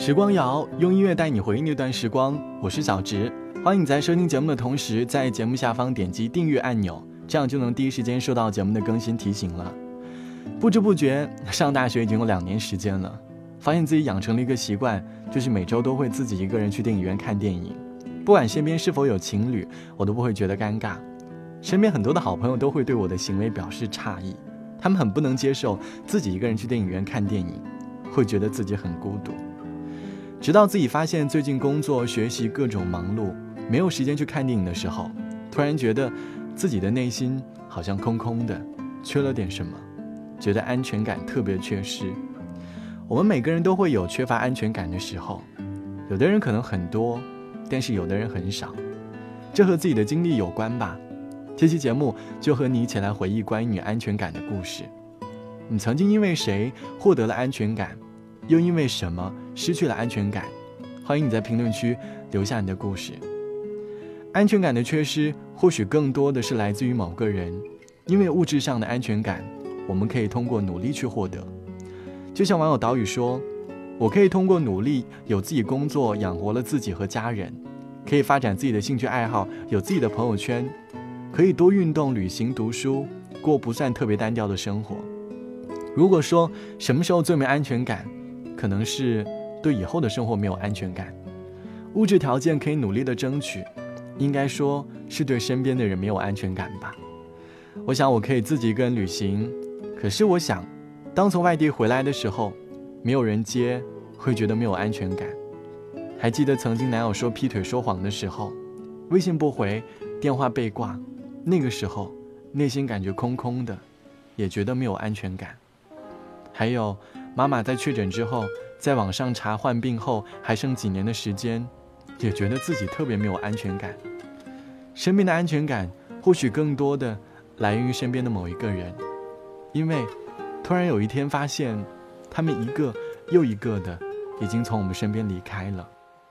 时光谣，用音乐带你回忆那段时光。我是小直，欢迎你在收听节目的同时，在节目下方点击订阅按钮，这样就能第一时间收到节目的更新提醒了。不知不觉上大学已经有2年时间了，发现自己养成了一个习惯，就是每周都会自己一个人去电影院看电影，不管身边是否有情侣，我都不会觉得尴尬。身边很多的好朋友都会对我的行为表示诧异，他们很不能接受自己一个人去电影院看电影，会觉得自己很孤独。直到自己发现最近工作学习各种忙碌，没有时间去看电影的时候，突然觉得自己的内心好像空空的，缺了点什么，觉得安全感特别缺失。我们每个人都会有缺乏安全感的时候，有的人可能很多，但是有的人很少，这和自己的经历有关吧。这期节目就和你一起来回忆关于你安全感的故事。你曾经因为谁获得了安全感，又因为什么失去了安全感？欢迎你在评论区留下你的故事。安全感的缺失或许更多的是来自于某个人，因为物质上的安全感我们可以通过努力去获得。就像网友岛屿说，我可以通过努力有自己工作，养活了自己和家人，可以发展自己的兴趣爱好，有自己的朋友圈，可以多运动、旅行、读书，过不算特别单调的生活。如果说什么时候最没安全感，可能是对以后的生活没有安全感。物质条件可以努力的争取，应该说是对身边的人没有安全感吧。我想我可以自己一个人旅行，可是我想当从外地回来的时候，没有人接，会觉得没有安全感。还记得曾经男友说劈腿说谎的时候，微信不回，电话被挂，那个时候内心感觉空空的，也觉得没有安全感。还有妈妈在确诊之后，在网上查患病后还剩几年的时间，也觉得自己特别没有安全感。身边的安全感或许更多的来源于身边的某一个人，因为突然有一天发现他们一个又一个的已经从我们身边离开了。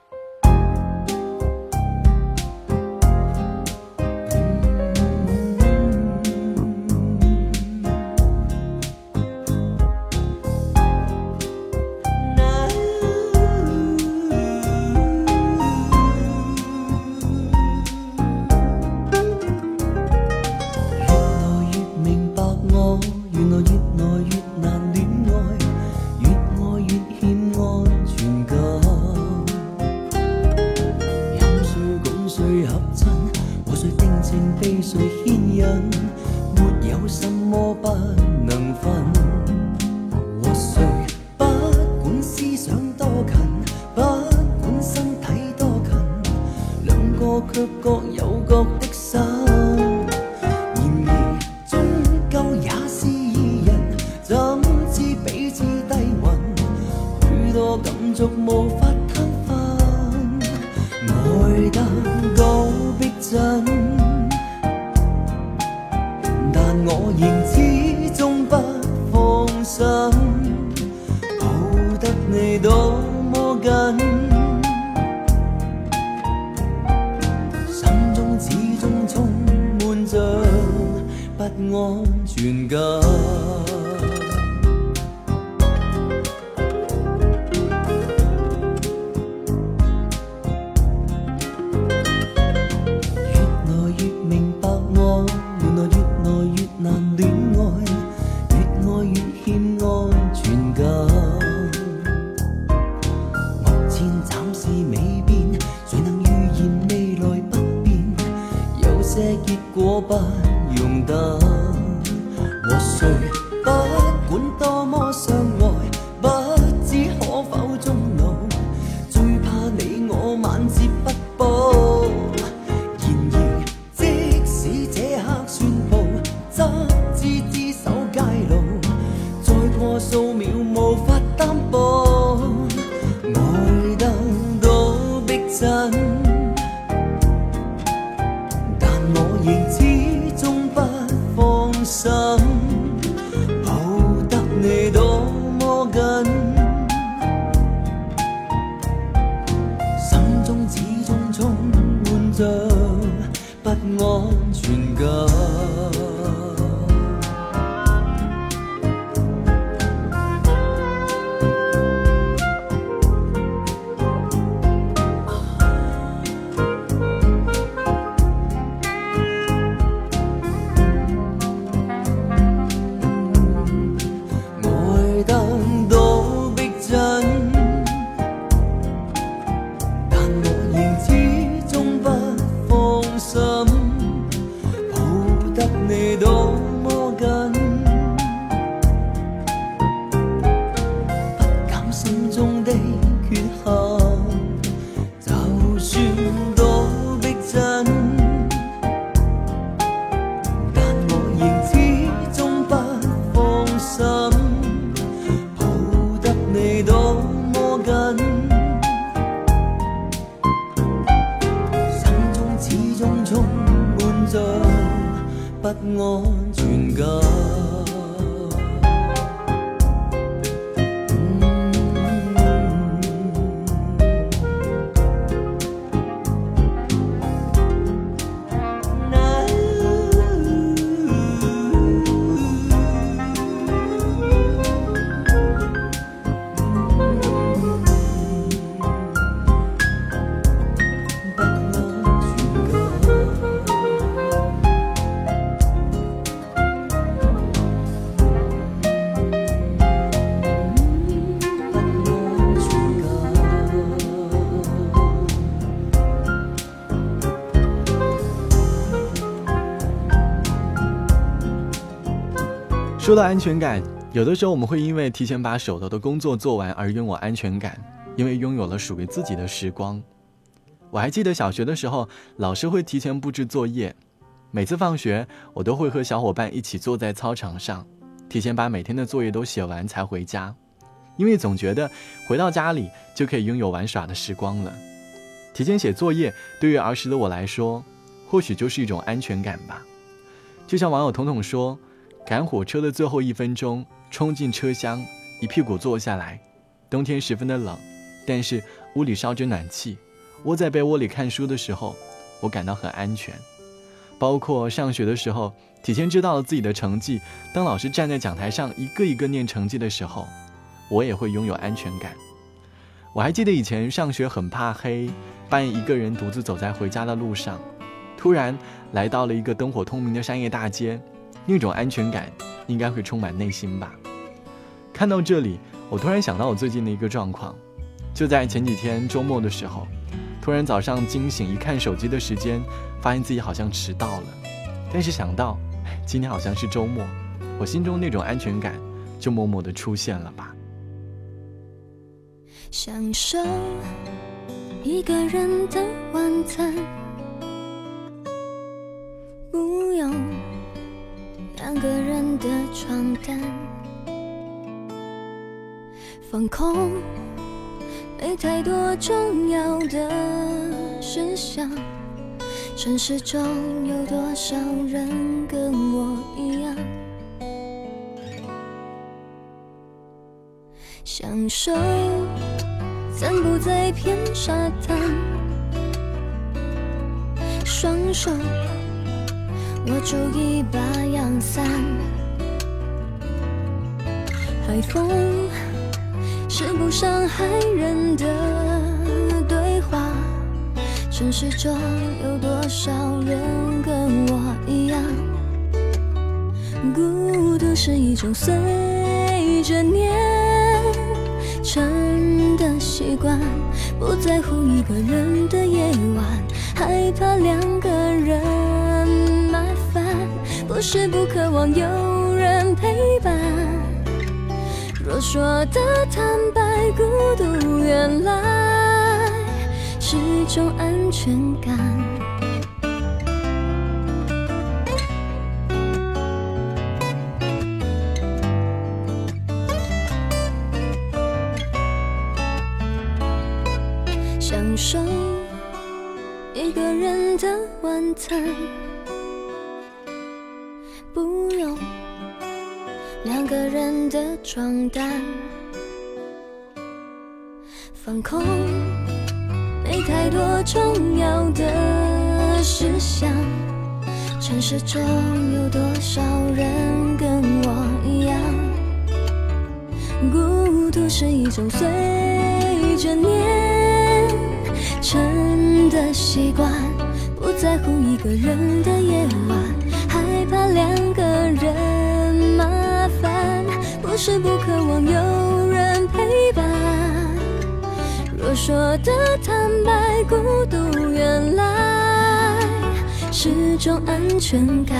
被谁牵引，没有什么不能分。和谁不管思想多近，不管身体多近，两个却各有各的心。然而终究也是人，怎知彼此低韵，许多感触无法摊分，爱得到逼真。我仍始終不放心，抱得你多麼緊，心中始終充滿着不安全感。我不用等，和谁不管多麼相愛，不知可否終老，最怕你我晚節不保。然而即使這刻宣布，則知只手偕老，再過數秒無法擔保，愛得到逼真。仍始終不放心，抱得你多麼緊，心中始終充滿着不安全感。 安全感。 说到安全感，有的时候我们会因为提前把手头的工作做完而拥有安全感，因为拥有了属于自己的时光。我还记得小学的时候，老师会提前布置作业，每次放学我都会和小伙伴一起坐在操场上，提前把每天的作业都写完才回家，因为总觉得回到家里就可以拥有玩耍的时光了。提前写作业对于儿时的我来说，或许就是一种安全感吧。就像网友彤彤说，赶火车的最后1分钟，冲进车厢，一屁股坐下来，冬天十分的冷，但是屋里烧着暖气，窝在被窝里看书的时候，我感到很安全。包括上学的时候，提前知道了自己的成绩，当老师站在讲台上一个一个念成绩的时候，我也会拥有安全感。我还记得以前上学很怕黑，半夜一个人独自走在回家的路上，突然来到了一个灯火通明的商业大街，那种安全感应该会充满内心吧。看到这里，我突然想到我最近的一个状况，就在前几天周末的时候，突然早上惊醒，一看手机的时间，发现自己好像迟到了，但是想到今天好像是周末，我心中那种安全感就默默地出现了吧。 享受一个人的晚餐，不用2个人的床单，放空，没太多重要的事项。城市中有多少人跟我一样，享受散步在片沙滩，双手握住一把阳伞，海风是不伤害人的对话。城市中有多少人跟我一样，孤独是一种随着年成的习惯，不在乎一个人的夜晚，害怕2个人麻烦，不是不渴望有人陪伴。若说的坦白，孤独原来是种安全感。享受一个人的晚餐，不用2个人的床单，放空，没太多重要的事项。城市中有多少人跟我一样，孤独是一种随着年成的习惯，不在乎一个人的夜晚，害怕2个人麻烦，不是不渴望有人陪伴。若说的坦白，孤独原来是种安全感。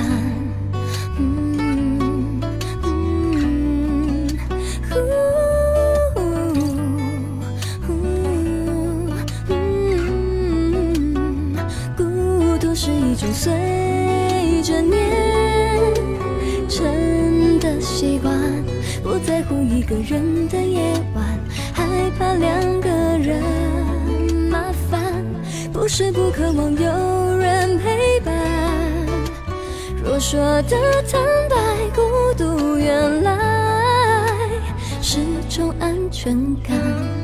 孤独是一种随着年成的习惯，不在乎一个人的夜晚，害怕2个人麻烦，不是不渴望有人陪伴。 若说的坦白，孤独原来是种安全感。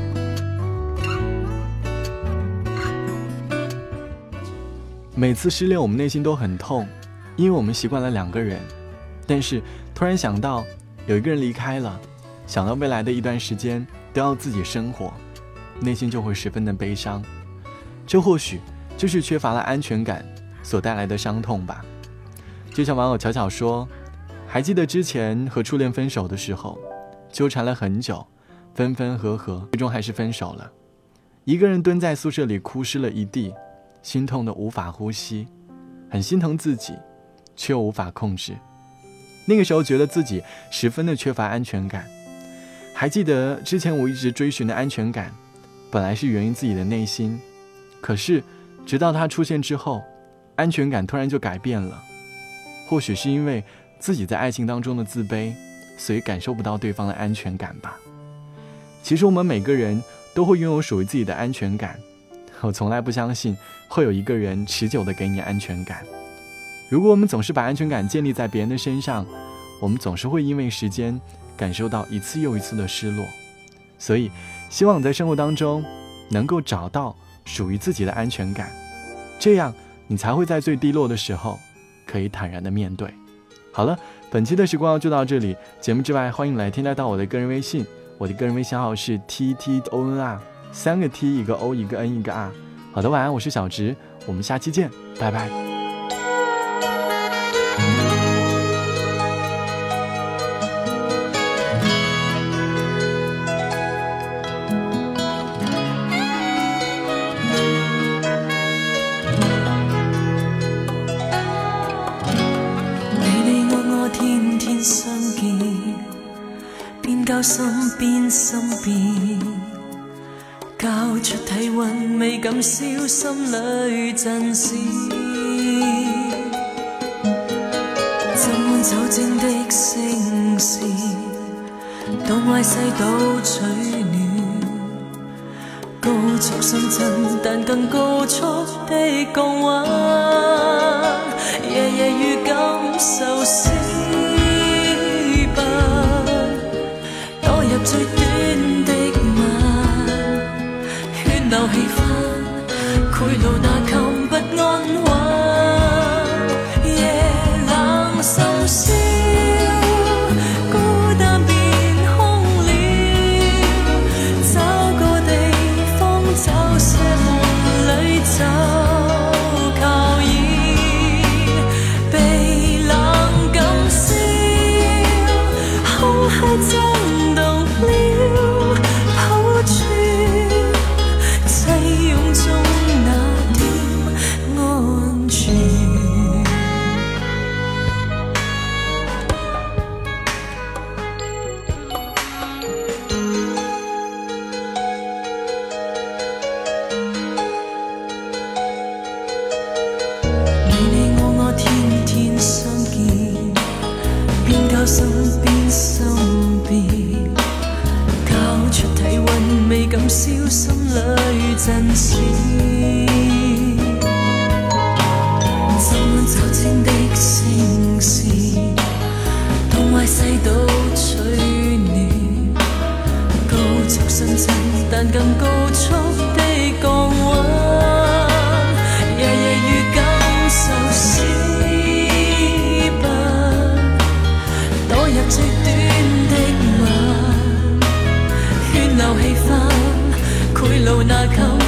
每次失恋我们内心都很痛，因为我们习惯了2个人，但是突然想到有一个人离开了，想到未来的一段时间都要自己生活，内心就会十分的悲伤。这或许就是缺乏了安全感所带来的伤痛吧。就像网友巧巧说，还记得之前和初恋分手的时候，纠缠了很久，分分合合，最终还是分手了。一个人蹲在宿舍里哭湿了一地，心痛得无法呼吸，很心疼自己，却又无法控制。那个时候觉得自己十分的缺乏安全感。还记得之前我一直追寻的安全感，本来是源于自己的内心，可是直到它出现之后，安全感突然就改变了。或许是因为自己在爱情当中的自卑，所以感受不到对方的安全感吧。其实我们每个人都会拥有属于自己的安全感，我从来不相信会有一个人持久的给你安全感。如果我们总是把安全感建立在别人的身上，我们总是会因为时间感受到一次又一次的失落。所以希望你在生活当中能够找到属于自己的安全感，这样你才会在最低落的时候可以坦然的面对。好了，本期的时光就到这里，节目之外欢迎来添加到我的个人微信，我的个人微信号是 TTONR，3个 T 一个 O 一个 N 一个 R。 好的，晚安，我是小直，我们下期见，拜拜。 交心邊心變，交出體溫未敢燒，心裏震絲。浸滿酒精的聲線，當壞世都取暖，高速深圳，但更高速的降溫，夜夜與感受撕拔。入最短的晚，喧鬧氣氛，賄賂那琴不安穩，夜冷深宵，孤單變空了，找個地方，找些夢裏找靠倚，被冷感燒，空氣中心邊心變，交出體溫未敢燒，心裏震絲。浸滿酒精的聲線，當壞世都取暖，高速深圳，但更高速的降溫，夜夜與感受撕拔。入最短的晚，喧鬧氣氛，賄賂那琴